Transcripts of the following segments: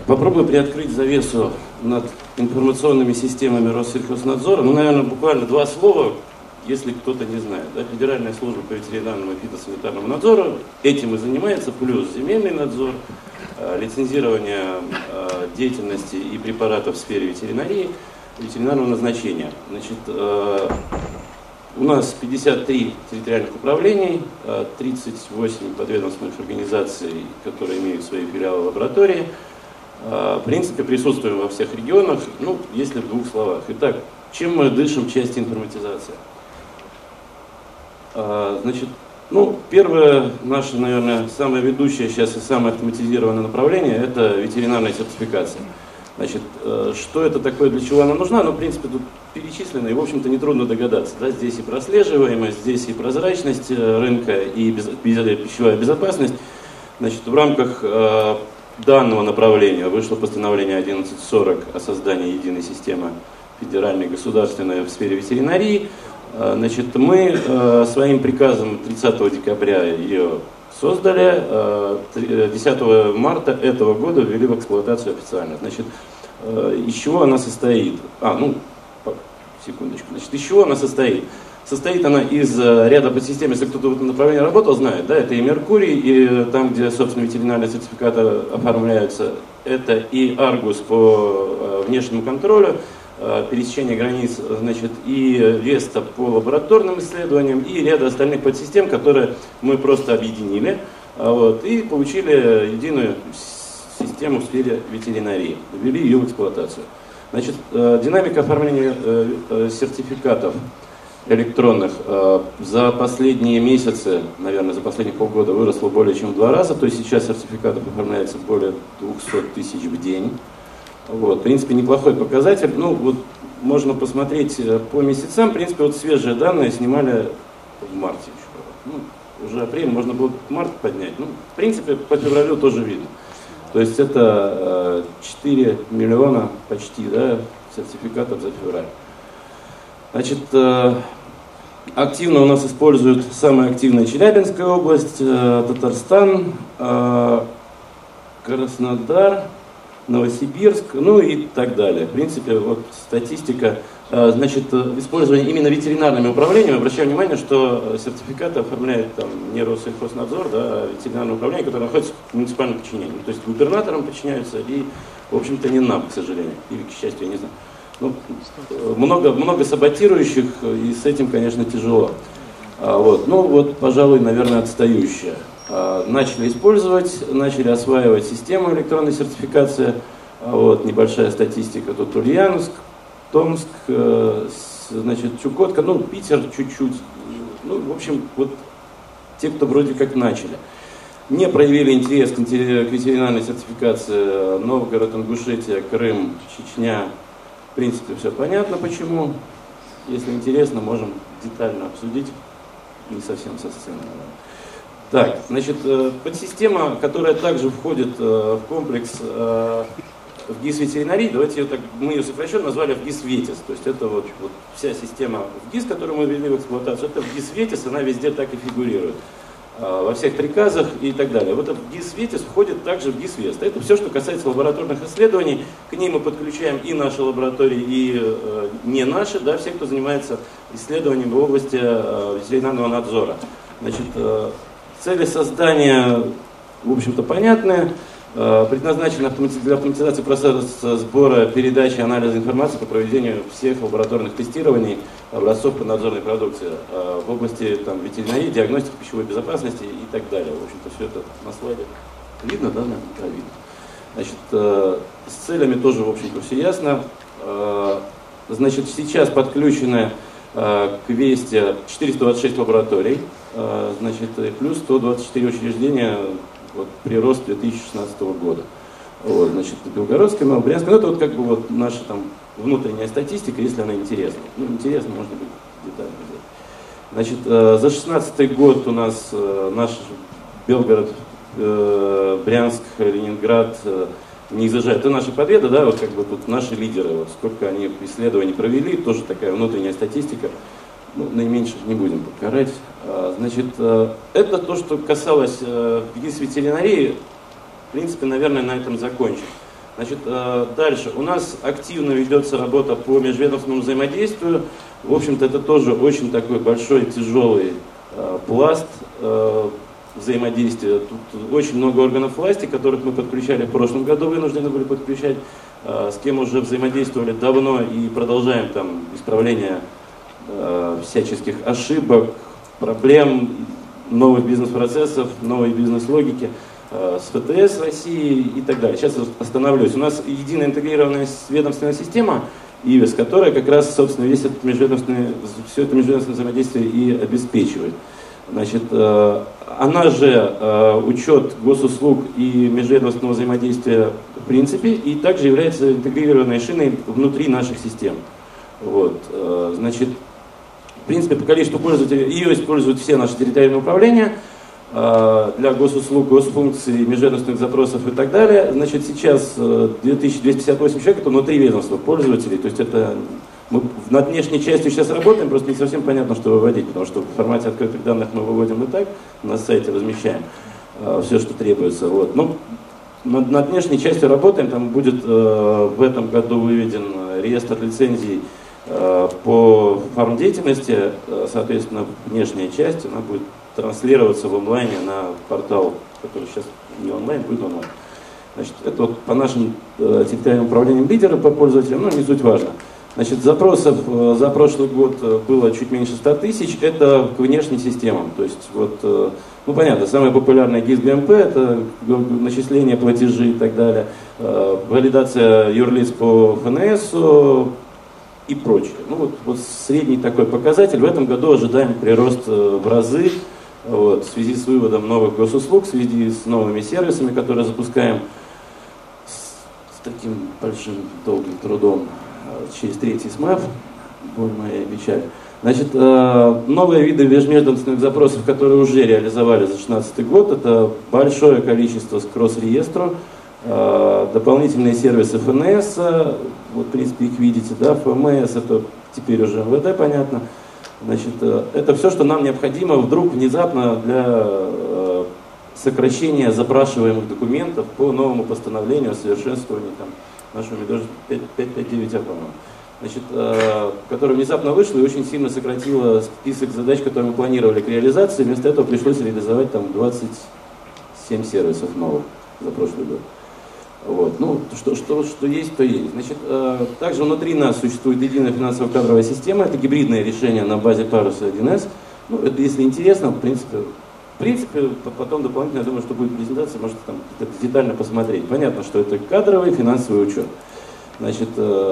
Попробую приоткрыть завесу над информационными системами Россельхознадзора. Ну, наверное, буквально два слова, если кто-то не знает. Да, Федеральная служба по ветеринарному и фитосанитарному надзору этим и занимается, плюс земельный надзор, лицензирование деятельности и препаратов в сфере ветеринарии, ветеринарного назначения. Значит, у нас 53 территориальных управлений, 38 подведомственных организаций, которые имеют свои филиалы лаборатории. В принципе, присутствуем во всех регионах, ну, если в двух словах. Итак, чем мы дышим в части информатизации? Значит, ну, первое наше, наверное, самое ведущее сейчас и самое автоматизированное направление – это ветеринарная сертификация. Значит, что это такое, для чего она нужна? Ну, в принципе, тут перечислено, и, в общем-то, нетрудно догадаться. Да? Здесь и прослеживаемость, здесь и прозрачность рынка, и пищевая безопасность. Значит, в рамках данного направления вышло постановление 1140 о создании единой системы федеральной государственной в сфере ветеринарии. Значит, мы своим приказом 30 декабря ее создали, 10 марта этого года ввели в эксплуатацию официально. Значит, из чего она состоит? Секундочку. Значит, из чего она состоит? Состоит она из ряда подсистем, если кто-то в этом направлении работал, знает, да, это и Меркурий, и там, где, собственно, ветеринарные сертификаты оформляются, это и Аргус по внешнему контролю, пересечение границ, значит, и Веста по лабораторным исследованиям, и ряд остальных подсистем, которые мы просто объединили, вот, и получили единую систему в сфере ветеринарии, ввели ее в эксплуатацию. Значит, динамика оформления сертификатов электронных за последние месяцы, наверное, за последние полгода выросла более чем в 2 раза, то есть сейчас сертификатов оформляется более 200 тысяч в день. Вот, в принципе, неплохой показатель. Ну, вот можно посмотреть по месяцам. В принципе, вот свежие данные снимали в марте еще. Ну, уже апрель, можно было март поднять. Ну, в принципе, по февралю тоже видно. То есть это 4 миллиона почти, да, сертификатов за февраль. Значит, активно у нас используют самая активная Челябинская область, Татарстан, Краснодар, Новосибирск, ну и так далее. В принципе, вот статистика, значит, использование именно ветеринарными управлениями. Обращаю внимание, что сертификаты оформляет там не Россельхознадзор, да, а ветеринарное управление, которое находится в муниципальном подчинении. То есть губернаторам подчиняются и, в общем-то, не нам, к сожалению, или к счастью, я не знаю. Ну, много саботирующих, и с этим, конечно, тяжело. Вот. Ну вот, пожалуй, наверное, отстающие. Начали использовать, начали осваивать систему электронной сертификации. Вот, небольшая статистика. Тут Ульяновск, Томск, значит, Чукотка, ну, Питер чуть-чуть. Ну, в общем, вот те, кто вроде как начали. Не проявили интерес к ветеринарной сертификации Новгород, Ингушетия, Крым, Чечня. В принципе, все понятно, почему. Если интересно, можем детально обсудить. Не совсем со сцены. Так, значит, подсистема, которая также входит в комплекс в ГИС ветеринарии, давайте ее так, мы ее сокращенно назвали в ГИС ВЕТИС. То есть это вот вся система в ГИС, которую мы ввели в эксплуатацию, это в ГИС ВЕТИС, она везде так и фигурирует. Во всех приказах и так далее. Вот этот ГИС ВЕТИС входит также в ГИС ВЕСТ. Это все, что касается лабораторных исследований. К ней мы подключаем и наши лаборатории, и не наши, да, все, кто занимается исследованием в области ветеринарного надзора. Значит, цели создания, в общем-то, понятны. Предназначены для автоматизации процесса сбора, передачи, анализа информации по проведению всех лабораторных тестирований образцов поднадзорной продукции в области там, ветеринарии, диагностики пищевой безопасности и так далее. В общем-то, все это на слайде видно, да? Да, видно. Значит, с целями тоже, в общем-то, все ясно. Значит, сейчас подключены к Весте 426 лабораторий, значит, плюс 124 учреждения. Вот, прирост 2016 года. Вот, значит, Белгородская, Брянская, ну это вот как бы вот наша там внутренняя статистика, если она интересна. Ну, интересно, можно будет детально взять. Значит, за 2016 год у нас наш Белгород, Брянск, Ленинград не изъезжают. Это наша победа, да, вот как бы тут наши лидеры, вот сколько они исследований провели, тоже такая внутренняя статистика. Ну, наименьших не будем покарать. Значит, это то, что касалось ГИС ветеринарии. В принципе, наверное, на этом закончим. Значит, дальше. У нас активно ведется работа по межведомственному взаимодействию. В общем-то, это тоже очень такой большой, тяжелый пласт взаимодействия. Тут очень много органов власти, которых мы подключали в прошлом году, вынуждены были подключать, с кем уже взаимодействовали давно и продолжаем там исправление всяческих ошибок, проблем, новых бизнес-процессов, новой бизнес-логики с ФТС России и так далее. Сейчас остановлюсь. У нас единая интегрированная ведомственная система ИВИС, которая как раз, собственно, все это межведомственное взаимодействие и обеспечивает. Значит, она же учет госуслуг и межведомственного взаимодействия в принципе, и также является интегрированной шиной внутри наших систем. Вот. Значит, в принципе, по количеству пользователей ее используют все наши территориальные управления для госуслуг, госфункций, межведомственных запросов и так далее. Значит, сейчас 2258 человек, это внутри ведомства пользователей, то есть это мы над внешней частью сейчас работаем, просто не совсем понятно, что выводить, потому что в формате открытых данных мы выводим и так, на сайте размещаем все, что требуется. Вот. Ну, над внешней частью работаем, там будет в этом году выведен реестр лицензий по фармдеятельности, соответственно, внешняя часть, она будет транслироваться в онлайне на портал, который сейчас не онлайн, будет онлайн. Значит, это вот по нашим территориальным управлениям лидерам по пользователям, ну, не суть важно. Значит, запросов за прошлый год было чуть меньше 100 тысяч, это к внешним системам. То есть, вот, ну понятно, самое популярное ГИС ГМП, это начисление платежей и так далее, валидация юрлиц по ФНС и прочее. Ну вот средний такой показатель. В этом году ожидаем прирост в разы, вот, в связи с выводом новых госуслуг, в связи с новыми сервисами, которые запускаем с таким большим долгим трудом через третий СМАП, боль моя и печаль. Значит, новые виды межведомственных запросов, которые уже реализовали за 2016 год, это большое количество с кросс-реестру, дополнительные сервисы ФНС, вот в принципе их видите, да, ФМС, это теперь уже МВД, понятно. Значит, это все, что нам необходимо вдруг внезапно для сокращения запрашиваемых документов по новому постановлению о совершенствовании там, нашего МИДОЖ 559А, по-моему. Значит, которая внезапно вышла и очень сильно сократила список задач, которые мы планировали к реализации. Вместо этого пришлось реализовать там 27 сервисов новых за прошлый год. Вот. Ну, что есть, то есть. Значит, также внутри нас существует единая финансово-кадровая система. Это гибридное решение на базе Паруса 1С. Ну, это если интересно, в принципе, потом дополнительно, я думаю, что будет презентация, можете там детально посмотреть. Понятно, что это кадровый финансовый учет. Значит,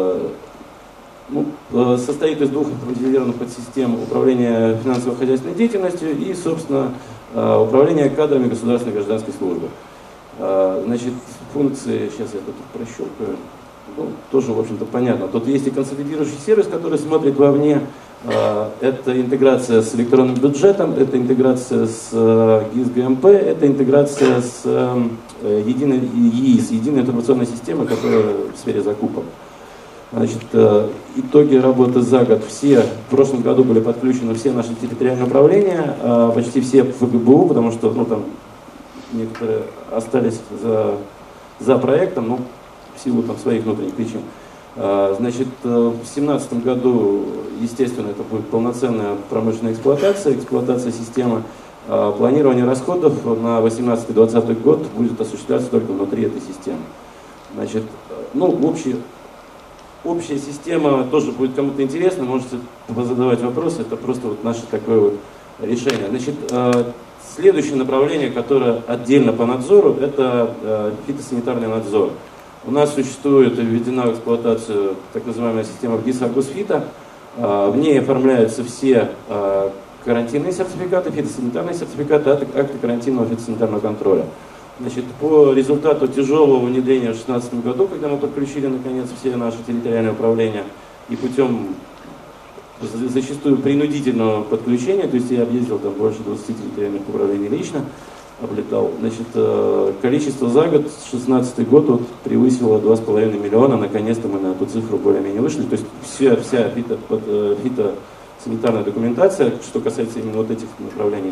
состоит из двух автоматизированных подсистем управления финансово-хозяйственной деятельностью и, собственно, управления кадрами государственной гражданской службы. Значит, функции, сейчас я тут прощелкаю, ну, тоже, в общем-то, понятно. Тут есть и консолидирующий сервис, который смотрит вовне. Это интеграция с электронным бюджетом, это интеграция с ГИС ГМП, это интеграция с единой ЕИС, единой информационной системой, которая в сфере закупок. Значит, итоги работы за год. В прошлом году были подключены все наши территориальные управления, почти все в ФГБУ, потому что ну, там, некоторые остались за проектом, ну, в силу там, своих внутренних причин. Значит, в 2017 году, естественно, это будет полноценная промышленная эксплуатация системы. Планирование расходов на 2018-2020 год будет осуществляться только внутри этой системы. Значит, ну, общая система тоже будет кому-то интересна, можете задавать вопросы, это просто вот наше такое вот решение. Значит, следующее направление, которое отдельно по надзору, это фитосанитарный надзор. У нас существует и введена в эксплуатацию так называемая система ГИС Агусфита. В ней оформляются все карантинные сертификаты, фитосанитарные сертификаты, акты карантинного фитосанитарного контроля. Значит, по результату тяжелого внедрения в 2016 году, когда мы подключили наконец все наши территориальные управления и путем зачастую принудительного подключения, то есть я объездил там больше 20 территориальных управлений лично, облетал, значит, количество за год, 2016 год вот, превысило 2,5 миллиона, наконец-то мы на эту цифру более-менее вышли, то есть вся фитосанитарная документация, что касается именно вот этих направлений,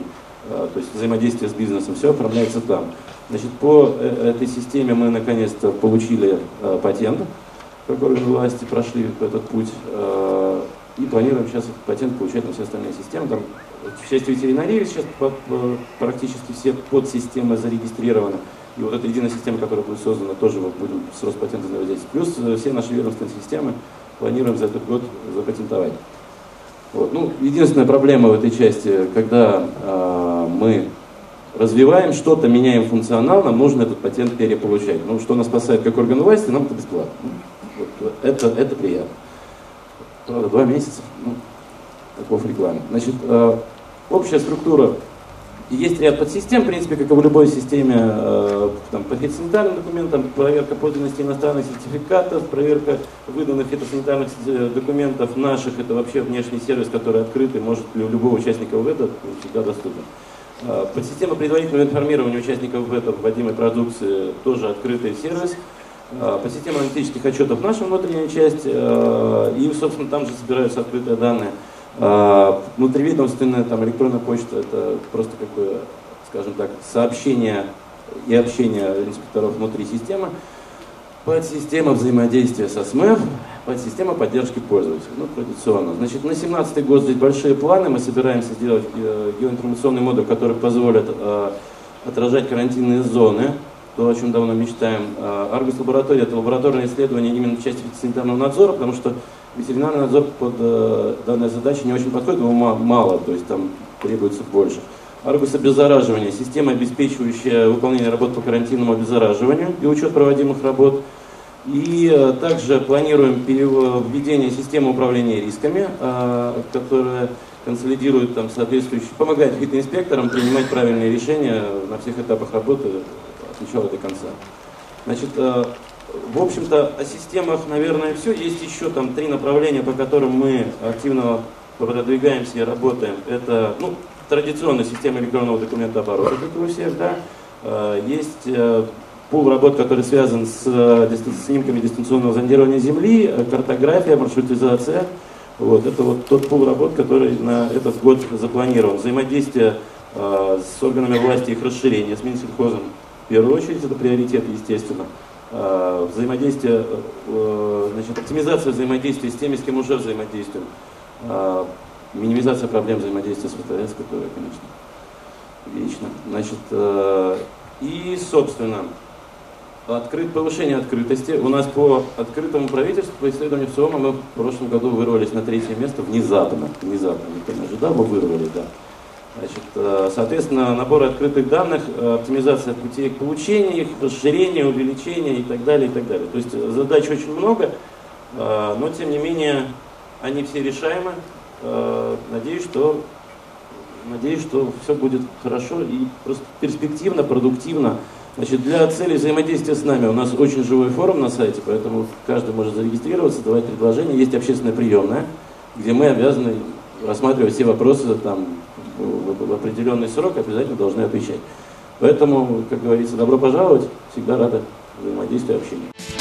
то есть взаимодействие с бизнесом, все оформляется там. Значит, по этой системе мы наконец-то получили патент, как органы власти прошли этот путь, и планируем сейчас этот патент получать на все остальные системы. Там, в части ветеринарии сейчас практически все подсистемы зарегистрированы. И вот эта единая система, которая будет создана, тоже вот будем с Роспатентом взаимодействовать. Плюс все наши ведомственные системы планируем за этот год запатентовать. Вот. Ну, единственная проблема в этой части, когда мы развиваем что-то, меняем функционал, нам нужно этот патент переполучать. Ну, что нас спасает как орган власти, нам это бесплатно. Вот. Это приятно. Правда, 2 месяца. Ну, таков реклама. Значит, общая структура. Есть ряд подсистем, в принципе, как и в любой системе, там, по фитосанитарным документам, проверка подлинности иностранных сертификатов, проверка выданных фитосанитарных документов наших, это вообще внешний сервис, который открытый, может для любого участника ВЭДа, всегда доступен. Подсистема предварительного информирования участников ВЭДа вводимой продукции, тоже открытый сервис. Подсистема аналитических отчетов наша внутренняя часть, и, собственно, там же собираются открытые данные. Внутриведомственная там, электронная почта — это просто какое, скажем так, сообщение и общение инспекторов внутри системы. Подсистема взаимодействия со СМЭФ, подсистема поддержки пользователей, ну, традиционно. Значит, на 2017 год здесь большие планы, мы собираемся сделать геоинформационный модуль, который позволит отражать карантинные зоны, то, о чем давно мечтаем. Аргус лаборатория — это лабораторное исследование именно в части фитосанитарного надзора, потому что ветеринарный надзор под данной задачей не очень подходит, его мало, то есть там требуется больше. Аргус обеззараживания — система, обеспечивающая выполнение работ по карантинному обеззараживанию и учет проводимых работ. И также планируем введение системы управления рисками, которая консолидирует там соответствующие, помогает фитоинспекторам принимать правильные решения на всех этапах работы от начала до конца. Значит, в общем-то, о системах, наверное, все. Есть еще там 3 направления, по которым мы активно продвигаемся и работаем. Это, ну, традиционная система электронного документооборота, как у всех, да. Есть пул работ, который связан с снимками дистанционного зондирования Земли, картография, маршрутизация. Вот, это вот тот пул работ, который на этот год запланирован. Взаимодействие с органами власти, их расширение, с Минсельхозом, в первую очередь, это приоритет, естественно. Взаимодействие, значит, оптимизация взаимодействия с теми, с кем уже взаимодействуем. Минимизация проблем взаимодействия с ВТС, которая, конечно, вечно. Значит, и, собственно, повышение открытости. У нас по открытому правительству, по исследованию СОМа, мы в прошлом году вырвались на 3-е место внезапно. Внезапно, никто не ожидал, мы вырвались, да. Значит, соответственно, набор открытых данных, оптимизация путей к получению их, расширение, увеличение и так далее, и так далее. То есть задач очень много, но тем не менее они все решаемы. Надеюсь, что все будет хорошо и просто перспективно, продуктивно. Значит, для целей взаимодействия с нами у нас очень живой форум на сайте, поэтому каждый может зарегистрироваться, давать предложения. Есть общественная приемная, где мы обязаны рассматривать все вопросы там, в определенный срок, обязательно должны отвечать. Поэтому, как говорится, добро пожаловать, всегда рады взаимодействию и общению.